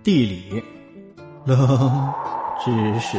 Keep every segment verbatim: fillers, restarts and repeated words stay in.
地理，冷知识。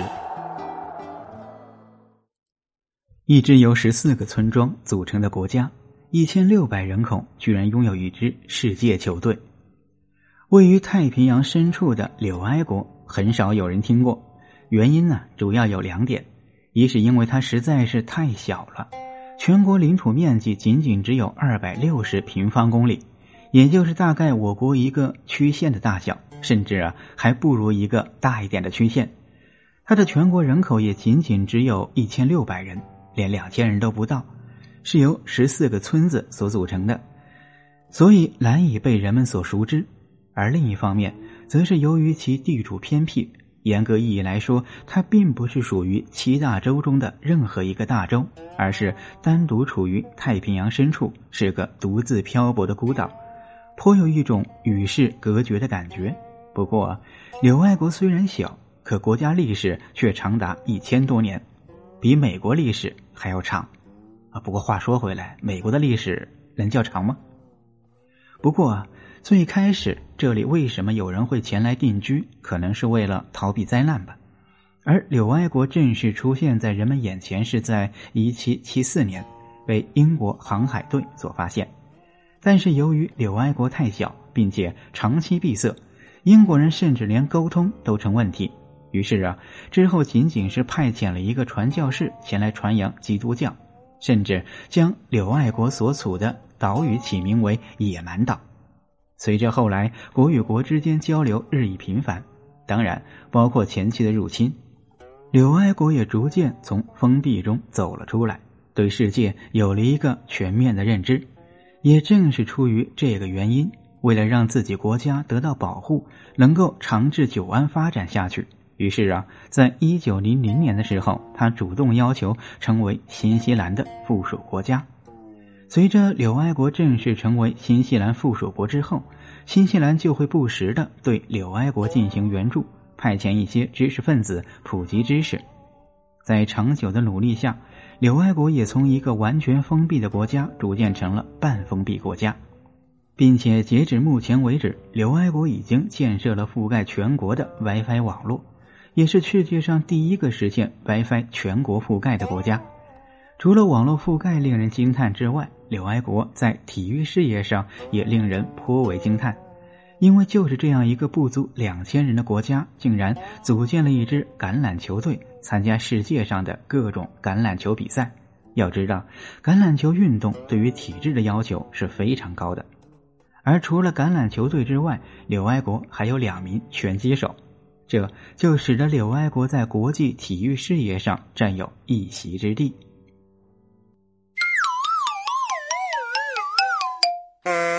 一支由十四个村庄组成的国家，一千六百人口，居然拥有一支世界球队。位于太平洋深处的纽埃国很少有人听过，原因呢，主要有两点。一是因为它实在是太小了，全国领土面积仅仅只有二百六十平方公里，也就是大概我国一个区县的大小，甚至啊还不如一个大一点的区县。它的全国人口也仅仅只有一千六百人，连两千人都不到，是由十四个村子所组成的，所以难以被人们所熟知。而另一方面，则是由于其地处偏僻，严格意义来说，它并不是属于七大洲中的任何一个大洲，而是单独处于太平洋深处，是个独自漂泊的孤岛，颇有一种与世隔绝的感觉。不过，纽埃国虽然小，可国家历史却长达一千多年，比美国历史还要长。啊，不过话说回来，美国的历史能叫长吗？不过啊，最开始这里为什么有人会前来定居，可能是为了逃避灾难吧。而纽埃国正式出现在人们眼前是在一七七四年，被英国航海队所发现。但是由于纽埃国太小，并且长期闭塞，英国人甚至连沟通都成问题。于是啊，之后仅仅是派遣了一个传教士前来传扬基督教，甚至将纽埃国所处的岛屿起名为野蛮岛。随着后来国与国之间交流日益频繁，当然包括前期的入侵，纽埃国也逐渐从封闭中走了出来，对世界有了一个全面的认知。也正是出于这个原因，为了让自己国家得到保护，能够长治久安发展下去，于是啊，在一九零零年的时候，他主动要求成为新西兰的附属国家。随着纽埃国正式成为新西兰附属国之后，新西兰就会不时地对纽埃国进行援助，派遣一些知识分子普及知识。在长久的努力下，纽埃国也从一个完全封闭的国家逐渐成了半封闭国家，并且截止目前为止，纽埃国已经建设了覆盖全国的 Wi-Fi 网络，也是世界上第一个实现 Wi-Fi 全国覆盖的国家。除了网络覆盖令人惊叹之外，纽埃国在体育事业上也令人颇为惊叹，因为就是这样一个不足两千人的国家，竟然组建了一支橄榄球队，参加世界上的各种橄榄球比赛。要知道，橄榄球运动对于体质的要求是非常高的。而除了橄榄球队之外，纽埃国还有两名拳击手，这就使得纽埃国在国际体育事业上占有一席之地。